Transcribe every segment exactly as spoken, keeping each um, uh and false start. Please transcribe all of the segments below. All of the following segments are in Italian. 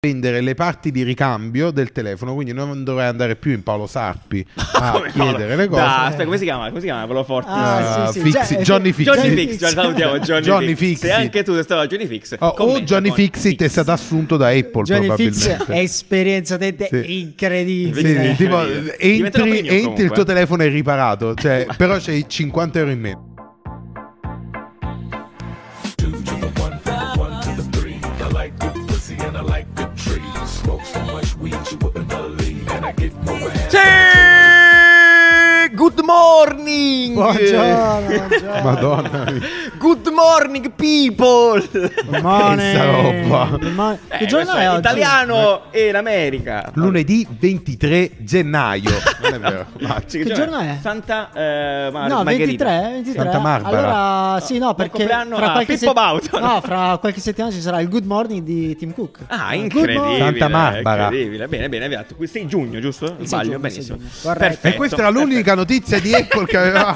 vendere le parti di ricambio del telefono, quindi non dovrei andare più in Paolo Sarpi a chiedere le cose. Da, aspetta, come si chiama? Come si chiama quello forte? Ah, uh, sì, sì. Fixi, Gi- Johnny Fixit. Johnny Fixit, salutiamo Johnny, Johnny Fixit. Se anche tu sei stato a Johnny Fixit. Oh, o Johnny Fixit è stato assunto da Apple. Johnny probabilmente. Fix è esperienza dente sì. incredibile. Sì, tipo, entri, entri il tuo telefono è riparato, cioè, però c'hai cinquanta euro in meno. Sì! Good morning! Buongiorno, buongiorno. Madonna. Good morning people! Good morning. Questa roba. Good morning. Eh, che giorno è oggi? Italiano e l'America. Lunedì ventitré gennaio. Non è vero. Ma che giorno è? Santa eh, Mar- No, Margherita. ventitré, ventitré. Santa Barbara. Allora, sì, no, perché fra qualche, Pippo Baudo. no, fra qualche settimana ci sarà il Good Morning di Tim Cook. Ah, incredibile. Santa Barbara. Incredibile. Bene, bene, abbiamo detto. sei giugno, giusto? Il Sbaglio, giugno, benissimo. Perfetto. E questa era l'unica notizia di Apple che avevamo.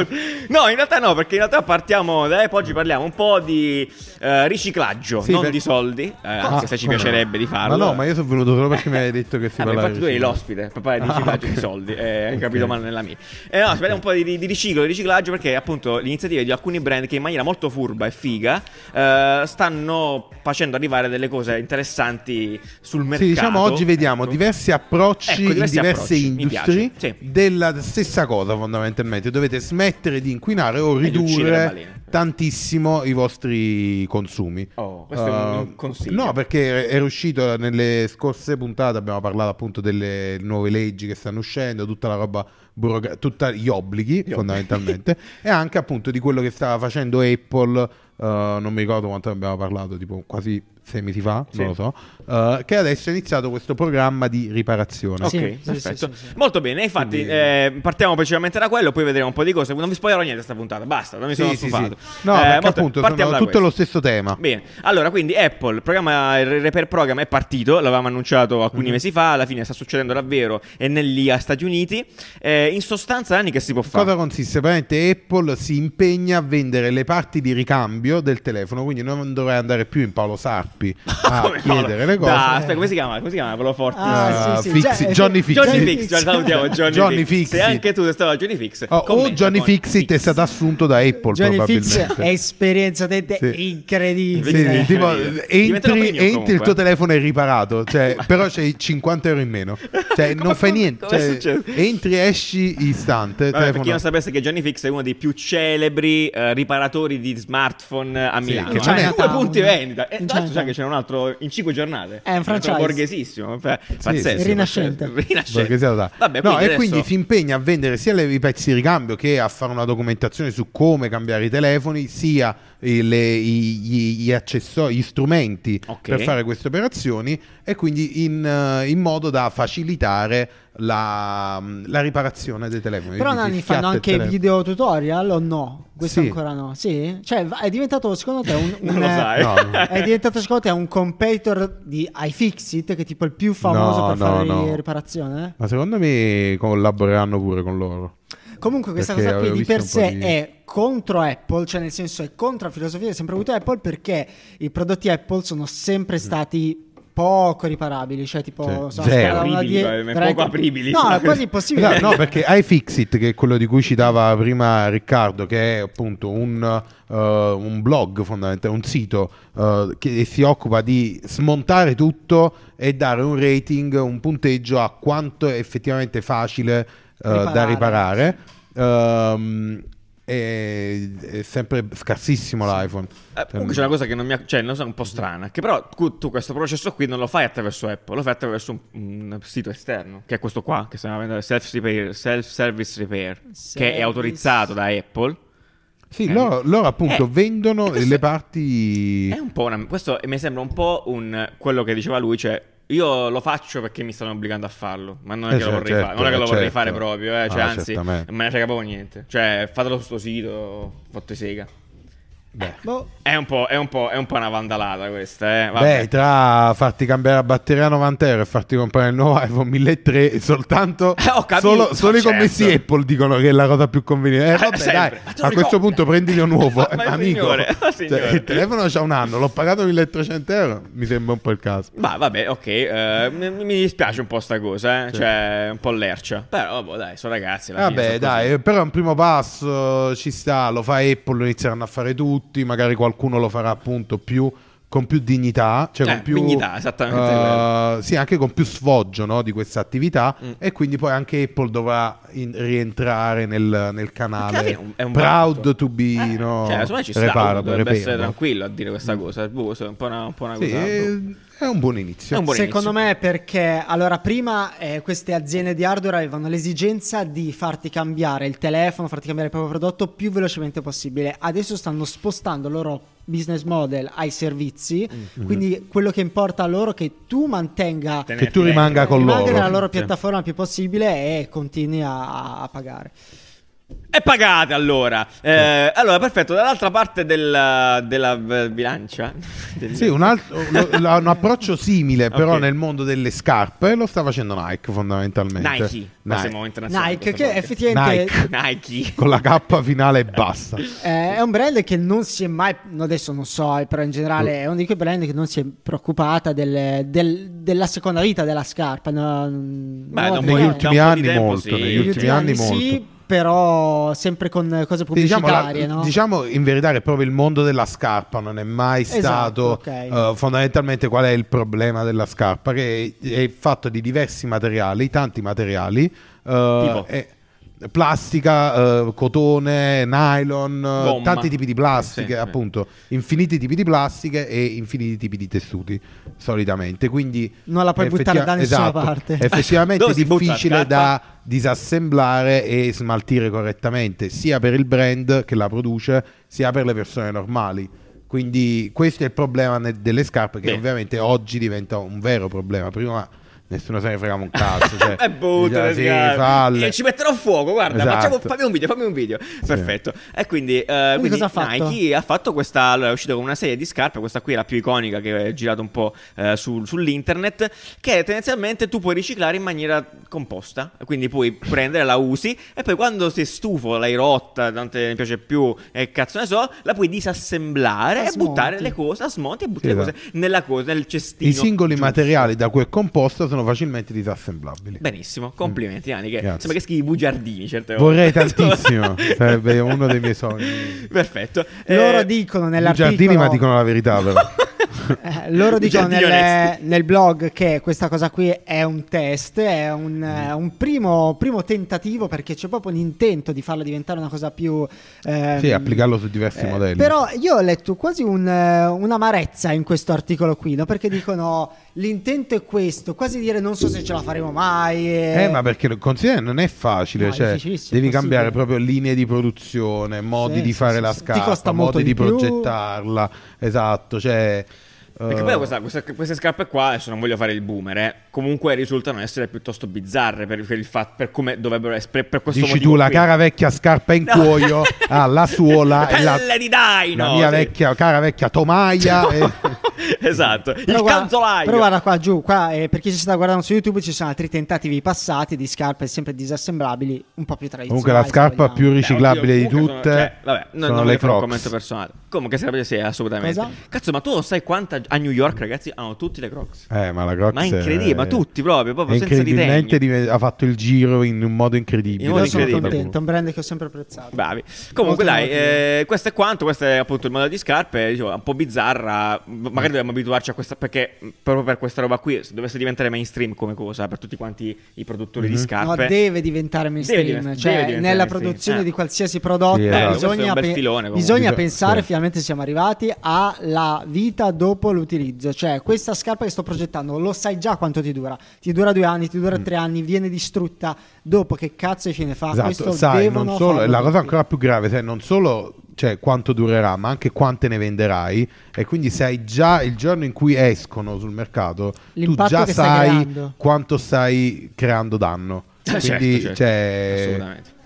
No, in realtà no, perché in realtà partiamo da Apple, oggi parliamo un po' di uh, riciclaggio, sì, non per... di soldi, eh, anche ah, se ci piacerebbe no. di farlo. Ma no, ma io sono venuto solo perché mi hai detto che si ah, parla infatti tu eri l'ospite per parlare di riciclaggio ah, okay. di soldi, eh, hai capito okay. male nella mia. Eh, no, si parla un po' di, di riciclo, di riciclaggio, perché appunto l'iniziativa di alcuni brand che in maniera molto furba e figa eh, stanno facendo arrivare delle cose interessanti sul mercato. Sì, diciamo oggi vediamo ecco. diversi approcci ecco, diversi in diverse approcci. industrie sì. della stessa cosa fondamentalmente. Dovete smettere di inquinare o ridurre tantissimo i vostri consumi. Oh, questo uh, è un consiglio. No, perché è uscito nelle scorse puntate, abbiamo parlato appunto delle nuove leggi che stanno uscendo, tutta la roba burocratica, tutti gli obblighi gli fondamentalmente e anche appunto di quello che stava facendo Apple, uh, non mi ricordo quanto abbiamo parlato, tipo quasi sei mesi fa, sì. non lo so, uh, che adesso è iniziato questo programma di riparazione. Ok, sì, perfetto. Sì, sì, sì. Molto bene, infatti Quindi... eh, partiamo principalmente da quello, poi vedremo un po' di cose. Non vi spoilerò niente sta puntata, basta, non mi sono sì, stufato. Sì, sì. No, eh, perché appunto sono tutto lo stesso tema. Bene, allora quindi Apple, il programma, il Repair Program è partito, l'avevamo annunciato alcuni mm-hmm. mesi fa, alla fine sta succedendo davvero e negli Stati Uniti. Eh, in sostanza anni che si può fare? Cosa consiste? Praticamente Apple si impegna a vendere le parti di ricambio del telefono, quindi non dovrei andare più in Paolo Sarpi a chiedere le cose. Da, aspetta, come si chiama? Come si chiama? Quello forte. Ah, uh, sì, sì. Fixi, Johnny Fixit. Johnny Fixit, salutiamo Johnny, Johnny Fixit. Se anche tu sei stato a Johnny Fixit. Oh, o Johnny Fixit è stato assunto da Apple Johnny probabilmente. Fix è esperienza dente sì. incredibile. Sì, tipo, entri, entri il tuo telefono è riparato, cioè, però c'hai cinquanta euro in meno. Cioè, non fai niente. Cioè, entri, esci istante. Vabbè, per chi non sapesse che Johnny Fix è uno dei più celebri uh, riparatori di smartphone a Milano. Sì, che ha due punti vendita. E adesso sai che c'è un altro in cinque giornate. È un franchise borghesissimo, cioè, sì, pazzesco, rinascente. Rinascente. Vabbè, no, quindi e adesso... quindi si impegna a vendere sia le, i pezzi di ricambio che a fare una documentazione su come cambiare i telefoni, sia i, le, i, gli, gli accessori, gli strumenti okay. per fare queste operazioni, e quindi in, in modo da facilitare la, la riparazione dei telefoni. Però Nanni fanno anche video tutorial o no? Questo sì. ancora no. Sì? Cioè è diventato secondo te un, un non lo sai. No, no. È diventato secondo te un competitor di iFixit, che è tipo il più famoso no, per no, fare no. riparazione? Ma secondo me collaboreranno pure con loro. Comunque questa perché cosa qui di per sé di... è contro Apple, cioè nel senso è contro la filosofia che ha sempre avuto Apple, perché i prodotti Apple sono sempre stati poco riparabili, cioè tipo sì. zero. Apribili, die- poco apribili. No, è quasi impossibile. No, no, perché iFixit, che è quello di cui citava prima Riccardo, che è appunto un, uh, un blog fondamentalmente, un sito uh, che si occupa di smontare tutto e dare un rating, un punteggio a quanto è effettivamente facile uh, riparare. da riparare. Um, È, è sempre scarsissimo l'iPhone. Eh, comunque c'è una cosa che non mi ha, cioè non so, un po' strana, che però tu, tu questo processo qui non lo fai attraverso Apple, lo fai attraverso un, un sito esterno, che è questo qua, che si chiama Self Repair, Self Service Repair, Service. che è autorizzato da Apple. Sì, eh. loro, loro appunto eh, vendono le parti. È un po' una, questo mi sembra un po' un quello che diceva lui, cioè io lo faccio perché mi stanno obbligando a farlo, ma non è eh che certo, lo vorrei fare, non è che lo certo. vorrei fare proprio, eh. cioè, ah, anzi, non me ne frega proprio niente. Cioè, fatelo su sto sito, fatto sega. Beh. Boh. È un po', è un po', è un po' una vandalata questa, eh. Vabbè. Beh, tra farti cambiare la batteria a novanta euro e farti comprare il nuovo iPhone milletrecento, soltanto Eh, ho capito, solo, solo i certo. commessi Apple dicono che è la cosa più conveniente. Eh, vabbè, sempre. dai, Ma te a lo questo ricordi? punto prendili un nuovo, Ma eh, il amico. signore, ma Cioè, signore. il telefono c'ha un anno, l'ho pagato milletrecento euro, mi sembra un po' il caso. Ma vabbè, ok, eh, mi, mi dispiace un po' sta cosa, eh. Cioè un po' lercia. Però vabbè, dai, sono ragazzi alla fine Vabbè, sono dai, così. però è un primo passo, ci sta, lo fa Apple, lo inizieranno a fare tutti, magari qualcuno lo farà appunto più con più dignità, cioè Eh, con più dignità, esattamente uh, sì, anche con più sfoggio, no, di questa attività Mm. e quindi poi anche Apple dovrà in- rientrare nel, nel Perché alla canale fine è un- è un proud vanto. to be, Eh, no, cioè, secondo me ci sta, reparable, dovrebbe essere repairable. tranquillo a dire questa cosa. Boh, questo è un po' una, un po' una Sì, cosa. è, boh. è un buon inizio. È un buon Secondo inizio. me perché allora prima eh, queste aziende di hardware avevano l'esigenza di farti cambiare il telefono, farti cambiare il proprio prodotto più velocemente possibile. Adesso stanno spostando il loro business model ai servizi, Mm-hmm. quindi quello che importa a loro è che tu mantenga Te ne Che tu frega. rimanga con rimanga loro. nella loro Sì. piattaforma il più possibile e continui a, a pagare. E pagate allora. Eh, allora, perfetto. Dall'altra parte della, della eh, bilancia. Del- Sì, un, altro, un, un approccio simile, però Ok. nel mondo delle scarpe lo sta facendo Nike fondamentalmente. Nike. Passiamo internazionale Nike, questa che volta. effettivamente Nike. Nike. Con la K finale e basta. Eh, è un brand che non si è mai, adesso non so, però in generale è uno di quei brand che non si è preoccupata del- del- della seconda vita della scarpa. No, Beh, no, da un negli po' di- ultimi da un po' anni di tempo, molto, sì. negli negli ultimi ultimi anni anni sì, molto. però sempre con cose Sì, diciamo, la- pubblicitarie, no? diciamo in verità che proprio il mondo della scarpa non è mai Esatto, stato ok. eh, fondamentalmente qual è il problema della scarpa, che è, è fatto di diversi materiali, tanti materiali, eh, Tipo? e- plastica, eh, cotone, nylon, eh, Gomma. tanti tipi di plastiche, Sì, sì. appunto, infiniti tipi di plastiche e infiniti tipi di tessuti solitamente, quindi Non la puoi buttare da nessuna esatto, parte. effettivamente Dove è si butta la difficile scarpa? da disassemblare e smaltire correttamente sia per il brand che la produce sia per le persone normali. Quindi questo è il problema ne- delle scarpe, che Beh. ovviamente oggi diventa un vero problema. Prima nessuno se ne fregava un cazzo, cioè, E butta le sì, scarpe. falle. E ci metterò fuoco, guarda, Esatto. facciamo, fammi un video, fammi un video. Perfetto. E quindi, eh, quindi cosa ha fatto? Nike ha fatto questa, allora, è uscito con una serie di scarpe, questa qui è la più iconica che è girata un po' eh, su- sull'internet, che tendenzialmente tu puoi riciclare in maniera composta, quindi puoi prendere, la usi e poi quando sei stufo, l'hai rotta, non te ne piace più e cazzo ne so, la puoi disassemblare A e smonti. buttare le cose, a smonti e butti Sì, le esatto. cose nella cosa, nel cestino. I singoli giusto. materiali da cui è composto sono facilmente disassemblabili. Benissimo, complimenti Ani, che Grazie. sembra che scrivi bugiardini certe volte. Vorrei tantissimo, sarebbe uno dei miei sogni. Perfetto. Loro Eh, dicono Giardini, nell'articolo ma dicono la verità però. Eh, loro dicono Giardini nel, onesti. nel blog che questa cosa qui è un test, è un, eh, un primo, primo tentativo, perché c'è proprio un intento di farla diventare una cosa più ehm, Sì, applicarlo su diversi eh, modelli. Però io ho letto quasi un, eh, un'amarezza in questo articolo qui, no? Perché dicono l'intento è questo, quasi dire non so se ce la faremo mai. e- Eh, ma perché considera non è facile, No, è cioè difficilissimo, devi è cambiare possibile. proprio linee di produzione, modi Sì, di sì, fare sì, la sì. Ti scarpa, costa molto modi di, di più. progettarla, esatto, cioè Perché eh, poi questa- questa- queste scarpe qua, adesso non voglio fare il boomer, eh, comunque risultano essere piuttosto bizzarre per, per il fatto, per come dovrebbero essere, per, per questo dici motivo tu la qui. cara vecchia scarpa in No. cuoio, ah, la suola e la, Pelle di Dino, la mia sì. vecchia cara vecchia tomaia e- Esatto, il Però guarda, canzolaio. però guarda qua giù, qua, eh, per chi ci sta guardando su YouTube ci sono altri tentativi passati di scarpe sempre disassemblabili, un po' più tradizionali. comunque la se scarpa vogliamo. più Beh, riciclabile oddio, di comunque tutte sono- cioè, vabbè, non, sono non le voglio fare un Crocs. commento personale. Comunque scarpe sì, assolutamente. Cosa? Cazzo, ma tu lo sai quanta a New York, ragazzi, hanno tutti le Crocs? Eh, ma la Crocs Ma incredibile, è- ma tutti proprio, proprio è senza di incredibilmente tegni. div- ha fatto il giro in un modo incredibile. In un modo Io sono incredibile. contento, è un brand che ho sempre apprezzato. Bravi. Comunque, Molto dai, innovativo. eh, questo è quanto. Questo è appunto il modello di scarpe. Dicevo, un po' bizzarra. Magari dobbiamo abituarci a questa. Perché proprio per questa roba qui, se dovesse diventare mainstream come cosa per tutti quanti i produttori di No, scarpe. deve diventare mainstream, Deve divent- cioè deve diventare nella mainstream. produzione Eh. di qualsiasi prodotto Sì, esatto. Eh, questo è bisogna, un bel pe- filone, comunque. bisogna Bisog- pensare, sì. finalmente siamo arrivati alla vita dopo l'utilizzo, cioè questa scarpa che sto progettando lo sai già quanto ti dura, ti dura due anni, ti dura tre anni, viene distrutta dopo, che cazzo di fine fa? Esatto, Questo sai, devono non solo, farlo la cosa tutti. ancora più grave, sai, non solo cioè, quanto durerà, ma anche quante ne venderai, e quindi sai già il giorno in cui escono sul mercato, tu L'impatto già che stai sai creando. quanto stai creando danno. Eh, Quindi, certo, certo. cioè, Assolutamente.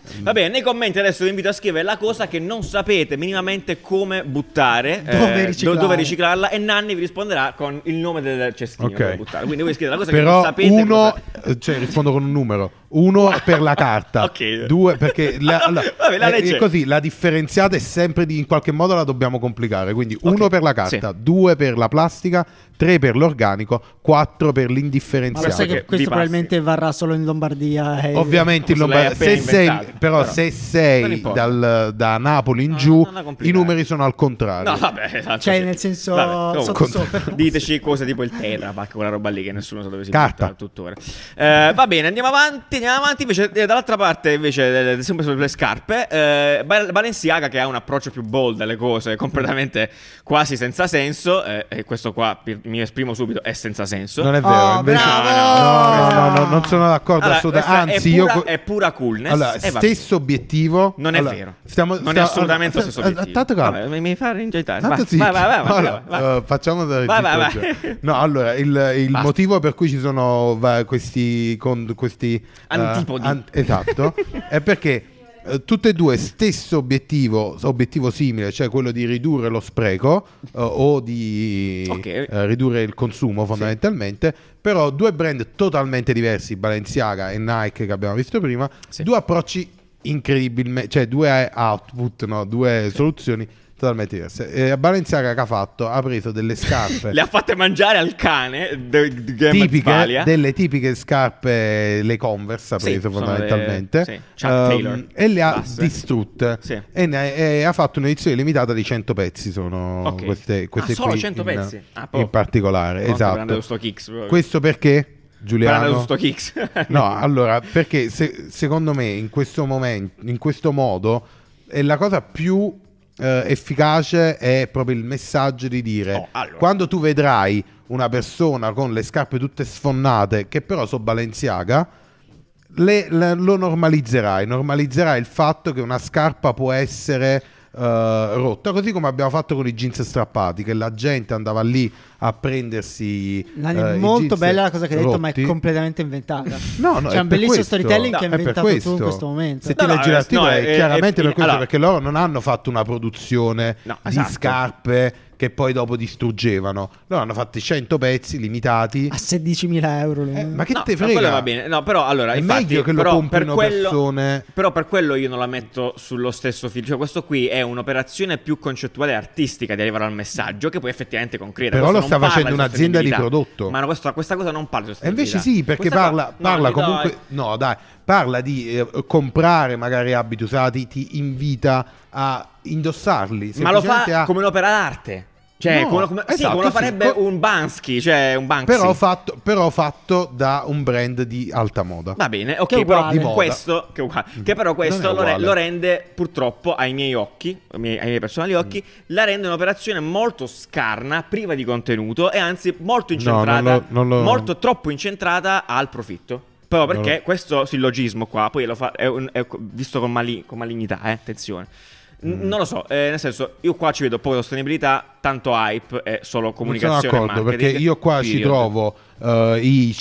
Va bene, nei commenti adesso vi invito a scrivere la cosa che non sapete minimamente come buttare, dove, eh, riciclare. dove riciclarla, e Nanni vi risponderà con il nome del cestino Ok. dove buttare. Quindi voi scrivete la cosa Però che non sapete uno, cosa... cioè rispondo con un numero. Uno per la carta, Ok. due perché la, allora, Vabbè, la è- legge. è così, la differenziata è sempre di, in qualche modo la dobbiamo complicare. Quindi uno Ok, per la carta, sì. due per la plastica, tre per l'organico, quattro per Ma lo l'indifferenziato. sai che che vi questo passi. probabilmente varrà solo in Lombardia. e- Ovviamente in Questo l'hai Lombardia, se appena sei, inventato, però, però. se Non sei importa. dal- da Napoli in No, giù, non è complicato. i numeri sono al contrario. No, vabbè, esatto, Cioè, sì. nel senso, Vabbè, comunque, sotto sopra. diteci cose tipo il Tetra Pak, quella roba lì che nessuno sa dove si Carta. butta tuttora. Eh, va bene, andiamo avanti, andiamo avanti. Invece, eh, dall'altra parte, invece, eh, sempre sulle scarpe, eh, Bal- Balenciaga, che ha un approccio più bold alle cose, completamente quasi senza senso, eh, e questo qua pi- mi esprimo subito, è senza senso. Non è vero, Oh, invece bravo! no, no, no, no, non sono d'accordo Allora, assolutamente. questa Anzi, è pura, io co- è pura coolness. allora, e va bene. stesso obiettivo. Non è allora, vero. stiamo- non è stiamo- assolutamente lo allora, stesso obiettivo. tanto calmo. Vabbè, mi fai ingettare. Tanto Vai, zitti. vai, vai, vai, vai, Allora, vai, vai. eh, facciamo delle Vai, vai, zitte vai. oggi. No, allora il, il Basta. motivo per cui ci sono va, questi con questi eh, Antipodi. an- esatto, è perché eh, tutte e due stesso obiettivo, obiettivo simile, cioè quello di ridurre lo spreco eh, o di Ok. eh, ridurre il consumo fondamentalmente, però due brand totalmente diversi, Balenciaga e Nike che abbiamo visto prima, Sì. due approcci incredibilmente, cioè due output, no? Due soluzioni totalmente diverse. E Balenciaga che ha fatto? Ha preso delle scarpe Le ha fatte mangiare al cane de- de- de- tipiche, Westfalia. delle tipiche scarpe, le Converse ha Sì, preso sono fondamentalmente, le- sì, Chuck ehm, Taylor. e le ha Basse. distrutte. Sì. E, ne- e ha fatto un'edizione limitata di cento pezzi. Sono Ok. queste, queste Ah, solo qui cento in, pezzi? Ah, in proprio. particolare. Pronto per andare Esatto. su sto Kicks, proprio. Questo perché, Per Giuliano? andare su sto Kicks. No, allora, perché se- secondo me in questo momento, in questo modo, è la cosa più eh, efficace è proprio il messaggio di dire Oh, allora. quando tu vedrai una persona con le scarpe tutte sfonnate, che però sono Balenciaga, le- le- lo normalizzerai, normalizzerai il fatto che una scarpa può essere eh, rotta, così come abbiamo fatto con i jeans strappati, che la gente andava lì a prendersi Nani, eh, i molto jeans bella la cosa che hai detto, ma è rotti. completamente inventata. No, no, C'è è un per bellissimo questo. storytelling No, che hai è per inventato tu in questo. questo momento. Se ti No, no, leggi eh, l'articolo no, è, è- chiaramente è- per questo, allora- perché loro non hanno fatto una produzione No, di esatto. scarpe che poi dopo distruggevano. Loro hanno fatto cento pezzi limitati. A sedicimila euro. Eh, ma che No, te ma frega? quello va bene. No, però allora, È infatti, meglio che lo però, comprino per quello, persone. Però per quello io non la metto sullo stesso filo. Cioè, questo qui è un'operazione più concettuale e artistica di arrivare al messaggio, che poi effettivamente concreta. Però Questo lo sta non parla facendo di un'azienda di sostenibilità. prodotto. Ma no, questo- questa cosa non parla di E invece sostenibilità. sì, perché Questa parla, cosa- parla no, comunque. dai. No, dai, parla di eh, comprare magari abiti usati, ti invita a indossarli. Ma lo semplicemente fa a- come un'opera d'arte. Cioè, No, come, come- sì, esatto, come lo sì, farebbe co- un Bansky, cioè un Banksy. Però fatto, però fatto da un brand di alta moda. Va bene, Che ok, è però uguale. Di moda. questo, che, è uguale. Che però questo Non è lo, re- uguale. lo rende purtroppo ai miei occhi, ai miei, ai miei personali occhi, la rende un'operazione molto scarna, priva di contenuto e anzi molto No, incentrata, non lo- non lo- molto troppo incentrata al profitto. Però perché Non lo- questo sillogismo qua poi lo fa, è, un- è visto con, mali- con malignità, eh, attenzione. N- Mm. Non lo so, eh, nel senso, io qua ci vedo poca sostenibilità, tanto hype e solo Non sono comunicazione. e d'accordo marketing, perché io qua ci period. trovo eh, i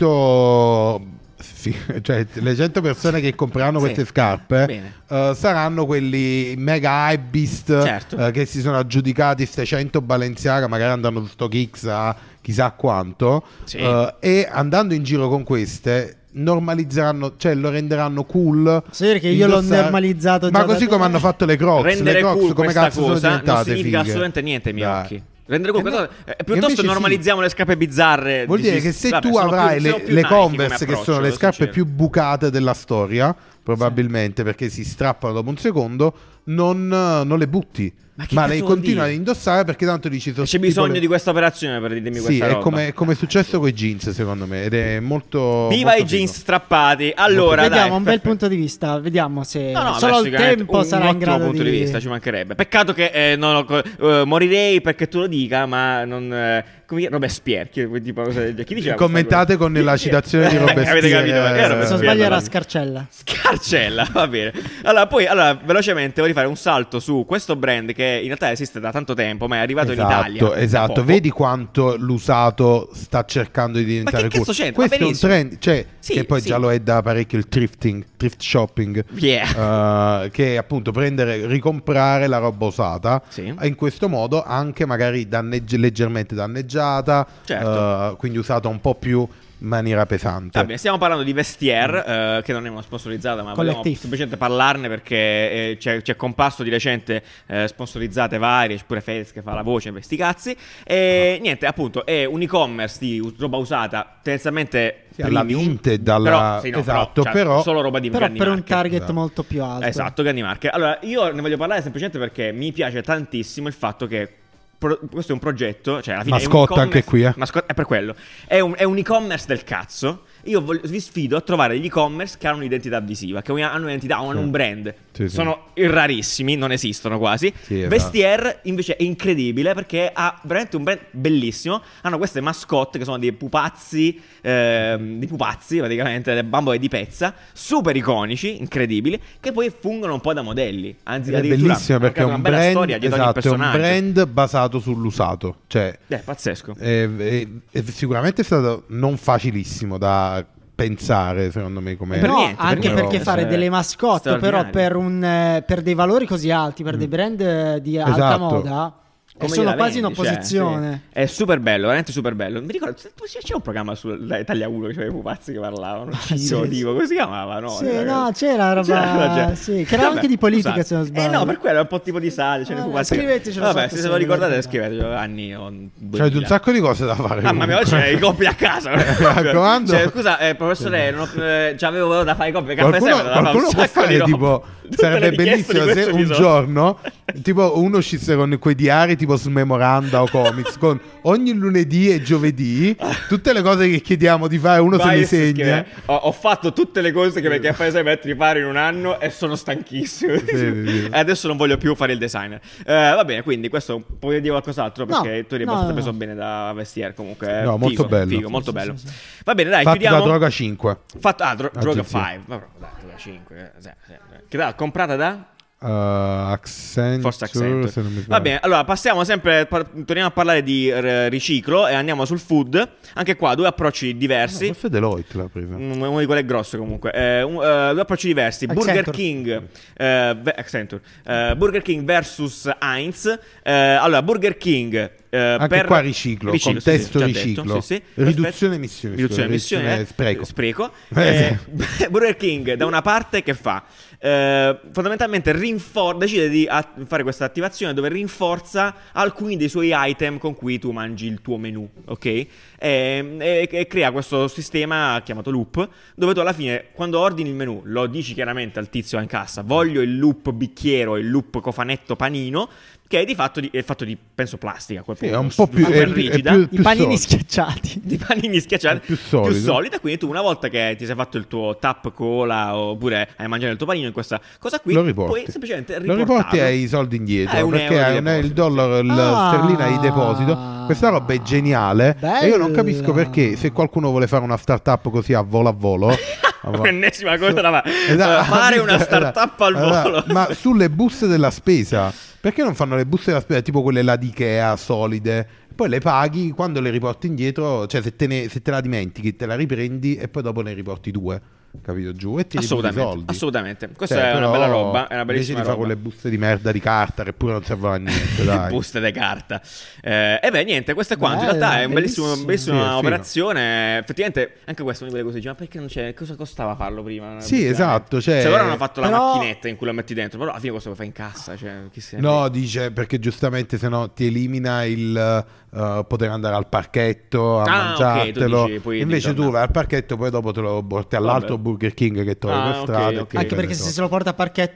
cento sì, cioè le cento persone che compreranno Sì. queste scarpe Bene. eh, saranno quelli mega hypebeast Certo. eh, che si sono aggiudicati queste cento Balenciaga, magari andando su StockX a chissà quanto Sì. eh, e andando in giro con queste normalizzeranno, cioè lo renderanno cool. Sì, perché io l'ho indossare- normalizzato ma già da così te. come hanno fatto le Crocs. Rendere le Crocs cool come questa cazzo sono cosa non diventate significa fighe? assolutamente niente ai miei Dai. occhi. Rendere cool E questa no- cosa- eh, e piuttosto invece sì. normalizziamo le scarpe bizzarre. Vuol dire di- che se vabbè, tu sono più- avrai sono le, più le Nike come Converse, che approccio, sono le scarpe sincero. più bucate della storia, probabilmente perché si strappano dopo un secondo, non, non le butti, Ma che ma cazzo le vuol continui ad dire? indossare perché tanto dici C'è bisogno di questa operazione per dirmi Sì, questa è roba. come, come è successo con i jeans, secondo me, ed è molto. Viva molto i jeans figo. strappati. Allora, Vediamo dai, un bel perfetto. punto di vista. Vediamo se No, no, solo beh, il sicuramente tempo un, sarà un in ottimo grado punto di... vista, ci mancherebbe. Peccato che eh, non ho co- eh, morirei perché tu lo dica, ma non, eh, come Robespierre, chi, tipo, chi diceva commentate con la citazione di Robespierre. Avete capito? Eh, Robespierre, se non sbaglio era Scarcella. Scarcella, va bene. Allora, poi, allora, velocemente voglio fare un salto su questo brand che in realtà esiste da tanto tempo, ma è arrivato esatto, in Italia. Esatto, vedi quanto l'usato sta cercando di diventare cool. Questo è un trend, cioè, sì, che poi sì. già lo è da parecchio il thrifting, thrift shopping, yeah. uh, che è appunto prendere, ricomprare la roba usata, sì. in questo modo anche magari danneggi- leggermente danneggiata, certo. uh, quindi usata un po' più in maniera pesante. Vabbè, stiamo parlando di Vestiaire, mm. eh, che non è una sponsorizzata, ma vogliamo semplicemente parlarne perché eh, c'è, c'è comparso di recente eh, sponsorizzate varie, c'è pure Fedez che fa la voce per sti cazzi. E ah. niente, appunto, è un e-commerce di roba usata tendenzialmente sì, alla vintage, dalla... però, sì, no, esatto, però, però, cioè, solo roba di però grandi per marche. un target esatto. molto più alto. Esatto, grandi marche. Allora, io ne voglio parlare semplicemente perché mi piace tantissimo il fatto che questo è un progetto, cioè alla fine mascotte è un anche qui, eh. Mascotte, è per quello. È un, è un e-commerce del cazzo. Io voglio, vi sfido a trovare degli e-commerce che hanno un'identità visiva, che hanno un'identità, hanno sì. un brand. Sì, sì. Sono rarissimi, non esistono quasi. Sì, esatto. Vestiaire invece è incredibile perché ha veramente un brand bellissimo. Hanno queste mascotte che sono dei pupazzi, ehm, di pupazzi praticamente, delle bambole di pezza, super iconici, incredibili, che poi fungono un po' da modelli. Anzi, è bellissimo perché è un brand, storia dietro esatto, ogni personaggio. È un brand basato sull'usato, cioè è pazzesco. È, è, è sicuramente stato non facilissimo da pensare, secondo me, come no, niente, anche per perché fare delle mascotte però per, un, eh, per dei valori così alti, per mm. dei brand di alta esatto. moda, come sono quasi vendi, in opposizione. Cioè, sì. È super bello, veramente super bello. Mi ricordo, c'era un programma su Italia uno che c'era i pupazzi che parlavano. Ciro, sì, tipo, come si chiamava? No, sì, no, c'era roba. C'era, sì, che era vabbè, anche di politica, scusate. Se non sbaglio. Eh no, per quello è un po' tipo di sale. Cioè, ah, scrivetecelo. Vabbè, se ve lo ricordate, scrivetecelo. Anni. C'è un sacco di cose da fare. Ah, ma oggi c'è i coppi a casa. Cioè, scusa, eh, professore, non, eh, avevo da fare i coppi. Qualcuno, qualcuno può fare tipo. Sarebbe bellissimo se un giorno tipo uno uscisse con quei diari tipo Smemoranda o Comics con ogni lunedì e giovedì tutte le cose che chiediamo di fare, uno Vai se le segna. Ho, ho fatto tutte le cose che mi ha fatto mettere di fare in un anno e sono stanchissimo. Sì, sì, sì. E adesso non voglio più fare il designer. Eh, va bene, quindi questo puoi dire qualcos'altro perché no, tu eri abbastanza no, preso no. bene da Vestiaire comunque. No, figo, molto bello. Figo, sì, molto sì, bello. Sì, sì. Va bene, dai, Fatto chiudiamo. da Droga cinque. Fatto ah, dro- Droga cinque. Ma proprio, dai, Droga cinque. Sì, sì. Che da, comprata da Uh, Accenture, Forse Accenture. Va bene, allora passiamo sempre, par- torniamo a parlare di r- riciclo e andiamo sul food. Anche qua due approcci diversi. No, forse Deloitte l'ha presa. Mm, uno di quelle grosse comunque. Eh, un, uh, due approcci diversi. Accenture. Burger King, uh, Accenture. Uh, Burger King versus Heinz. Uh, allora, Burger King. Uh, Anche per qua riciclo, riciclo contesto sì, sì, riciclo, detto, sì, sì. riduzione emissioni, riduzione emissioni, eh, spreco. spreco. Eh, eh, sì. Burger King da una parte che fa? Eh, fondamentalmente rinfor- decide di at- fare questa attivazione dove rinforza alcuni dei suoi item con cui tu mangi il tuo menù, ok? E, e, e crea questo sistema chiamato loop dove tu alla fine quando ordini il menù lo dici chiaramente al tizio in cassa: voglio il loop bicchiero, il loop cofanetto panino, che è di fatto di, è fatto di penso plastica, quel sì, è un po' più è, rigida, è più, più i panini solido. schiacciati, di panini schiacciati, più solido. più solida. Quindi tu una volta che ti sei fatto il tuo tap cola oppure hai mangiato il tuo panino in questa cosa qui, lo riporti. puoi semplicemente lo riporti e hai i soldi indietro eh, perché hai deposito, il dollaro, il ah, sterlina di deposito. Questa roba è geniale. Bella. E io non capisco perché se qualcuno vuole fare una startup così a volo a volo l'ennesima cosa da esatto, fare una startup al volo, esatto. Ma sulle buste della spesa perché non fanno le buste della spesa tipo quelle là di Ikea solide, poi le paghi, quando le riporti indietro, cioè se te, ne, se te la dimentichi te la riprendi e poi dopo ne riporti due, capito, giù, e ti riporti i soldi. Assolutamente, questa cioè, è una bella roba, è una bellissima roba. Invece di fare quelle buste di merda di carta che pure non servono a niente, dai. Buste di carta. Eh, e beh, niente, questo è quanto. Beh, in realtà è una bellissima, bellissima sì, operazione. Effettivamente, anche questa è una di quelle cose. Ma perché non c'è? Cosa costava farlo prima? Sì, esatto. Cioè, cioè, ora hanno fatto però... la macchinetta in cui lo metti dentro, però alla fine cosa lo fai in cassa? Cioè, chi se ne no, frega? dice perché giustamente se no ti elimina il uh, poter andare al parchetto a ah, mangiartelo. Okay, tu dici, invece tu vai al parchetto, poi dopo te lo porti all'altro Vabbè. Burger King che trovi ah, per strada. okay, okay. Anche perché se se lo porta a parchetto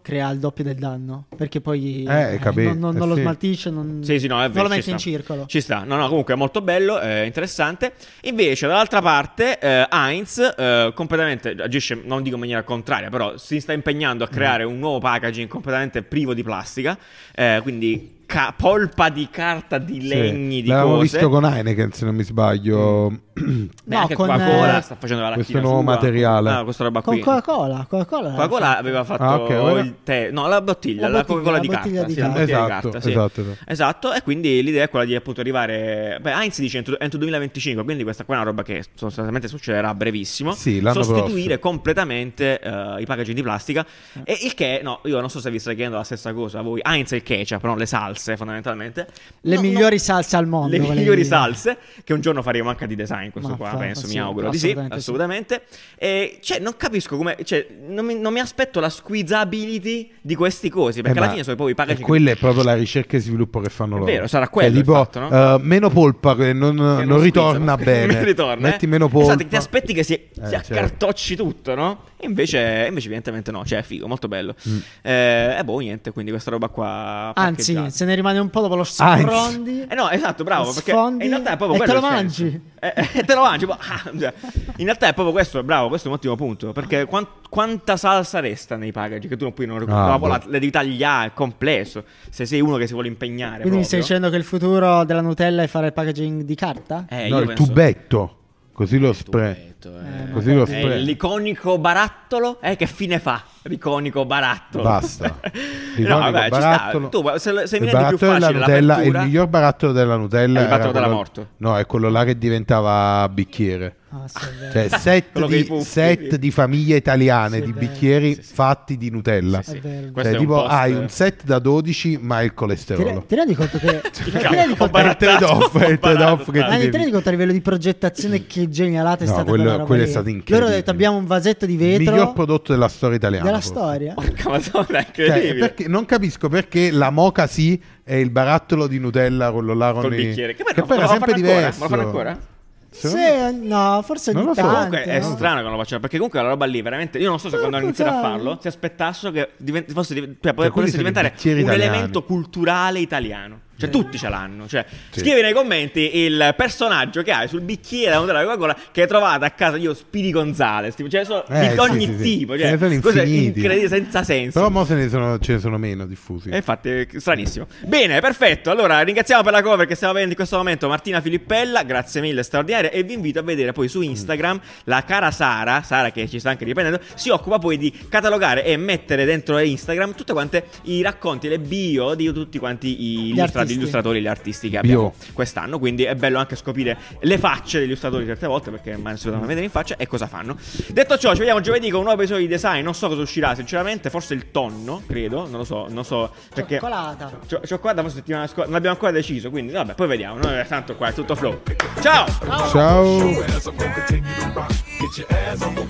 crea il doppio del danno, perché poi Eh, eh, capì, non, non- eh, non lo sì. smaltisce, non, Sì, sì, no, è non vero, lo ci mette in sta. circolo. Ci sta, no, no, comunque è molto bello, è interessante. Invece, dall'altra parte, eh, Heinz eh, completamente agisce, non dico in maniera contraria, però si sta impegnando a creare un nuovo packaging completamente privo di plastica, eh, quindi ca- polpa di carta, di Sì. legni, di L'avevamo cose. visto con Heineken, se non mi sbaglio. Beh, No, anche con, Coca-Cola eh, sta facendo la questo lattina nuovo sua. materiale. Ah, questa roba Con qui. Coca-Cola, Coca-Cola, Coca-Cola aveva fatto Ah, ok, ora- il tè, no, la bottiglia, La la, bottiglia, Coca-Cola la di bottiglia carta, di sì, la carta. bottiglia di Esatto, carta, sì. esatto, esatto. Esatto, e quindi l'idea è quella di appunto arrivare. Beh, Heinz dice entro, entro duemilaventicinque, quindi questa qua è una roba che sostanzialmente succederà a brevissimo. Sì, l'anno sostituire prossimo. completamente eh, i packaging di plastica. E il che, no, io non so se vi state chiedendo la stessa cosa a voi. Heinz e il ketchup, no, le salse fondamentalmente. Le No, migliori no, salse al mondo. le volevi migliori dire. salse che un giorno faremo anche di design questo Ma qua, fa- penso, sì, mi auguro di sì, assolutamente sì. assolutamente. E cioè non capisco come, cioè non mi, non mi aspetto la squeezability di questi cosi, perché Eh, alla ma- fine sono poi i E packaging. quella è proprio la ricerca e sviluppo che fanno È loro. vero, sarà Cioè, quello il tipo, fatto, no? eh, meno polpa che non, che non non ritorna squeeza, non bene. ritorna, Metti eh? meno polpa. Esatto, ti aspetti che si, si certo. accartocci tutto, no? E invece, invece evidentemente no, cioè è figo, molto bello. Mm. Eh, e boh, niente, quindi questa roba qua Anzi, parcheggiata. se ne rimane un po' dopo lo Heinz. sfrondi. Eh no, esatto, bravo, perché Sfondi in realtà è proprio e quello te lo il mangi. senso. Eh, eh, te lo mangi, boh, ah, cioè, in realtà è proprio questo, bravo, questo è un ottimo punto, perché quan- quanta salsa resta nei packaging che tu non puoi non recuperare, Ah, dopo boh. la, le devi tagliare, è complesso, se sei uno che si vuole impegnare Quindi mi stai proprio. dicendo che il futuro della Nutella è fare il packaging di carta? Eh, No, io il penso- tubetto. Così lo Il spray. tubetto, Eh, eh. Così lo ma- Eh, spray. l'iconico barattolo, eh, che fine fa? L'iconico barattolo. Basta. no, L'iconico vabbè, ci sta. barattolo. Tu, se, se mi Il rendi più barattolo della facile Nutella, il l'apertura, miglior barattolo della Nutella È il barattolo era della quello- morto. No, è quello là che diventava bicchiere. Ah, sì, è vero. Cioè, set, Quello con i di, puffi. set di famiglie italiane Sì, di è vero. bicchieri Sì, sì. fatti di Nutella. Sì, sì. È vero. Questo Cioè, è un tipo, post- hai un set da dodici, ma il Ti, colesterolo. re- ti rendi conto che ti cavolo, rendi ho conto, barattato, È il trade-off, è il ho barato, trade-off che dai. Ah, ti ti rendi devi... conto a livello di progettazione che genialata è No, stata quello- quella roba quello è lì? stato Loro hanno incredibile. detto abbiamo un vasetto di Il vetro miglior prodotto della storia italiana. della forse. storia. Porca madonna, è Cioè, incredibile. perché, non capisco perché la moca sì e il barattolo di Nutella, quello là con Col i- bicchiere. Che poi che no, poi era ma lo sempre fanno ancora? diverso. Ma lo fanno ancora? Secondo me- Sì, no, forse Non ogni lo so. tanto, Comunque è no? strano che non lo facciano, perché comunque la roba lì veramente. Io non so se quando hanno iniziato a farlo si aspettassero che divent- fosse, div- cioè, quelli potesse sono i diventare bicchieri un italiani. elemento culturale italiano. Cioè, tutti ce l'hanno. Cioè, Sì. scrivi nei commenti il personaggio che hai sul bicchiere della Nutella Coca-Cola che hai trovato a casa io Speedy Gonzales. Tipo, cioè, sono Eh, di sì, ogni sì, sì. tipo. Ce Cioè, ne sono cose infiniti. incredibili, senza senso. Però mo se ne sono, ce ne sono meno diffusi. E infatti è stranissimo. Bene, perfetto. Allora ringraziamo per la cover che stiamo vedendo in questo momento Martina Filippella. Grazie mille, straordinaria. E vi invito a vedere poi su Instagram la cara Sara, Sara che ci sta anche riprendendo, si occupa poi di catalogare e mettere dentro Instagram tutte quante i racconti, le bio di tutti quanti gli illustra- artisti. gli illustratori, gli artisti che Bio. abbiamo quest'anno. Quindi è bello anche scoprire le facce degli illustratori certe volte, perché mai si potevano vedere in faccia e cosa fanno. Detto ciò, ci vediamo giovedì con un nuovo episodio di design. Non so cosa uscirà, sinceramente. Forse il tonno, credo. Non lo so, non so. Perché Cioccolata. Cio- cioccolata forse settimana scorsa. Non abbiamo ancora deciso. Quindi, vabbè, poi vediamo. Noi, tanto qua è tutto flow. Ciao! Ciao. As I'm gonna continue to rock, get your ass on the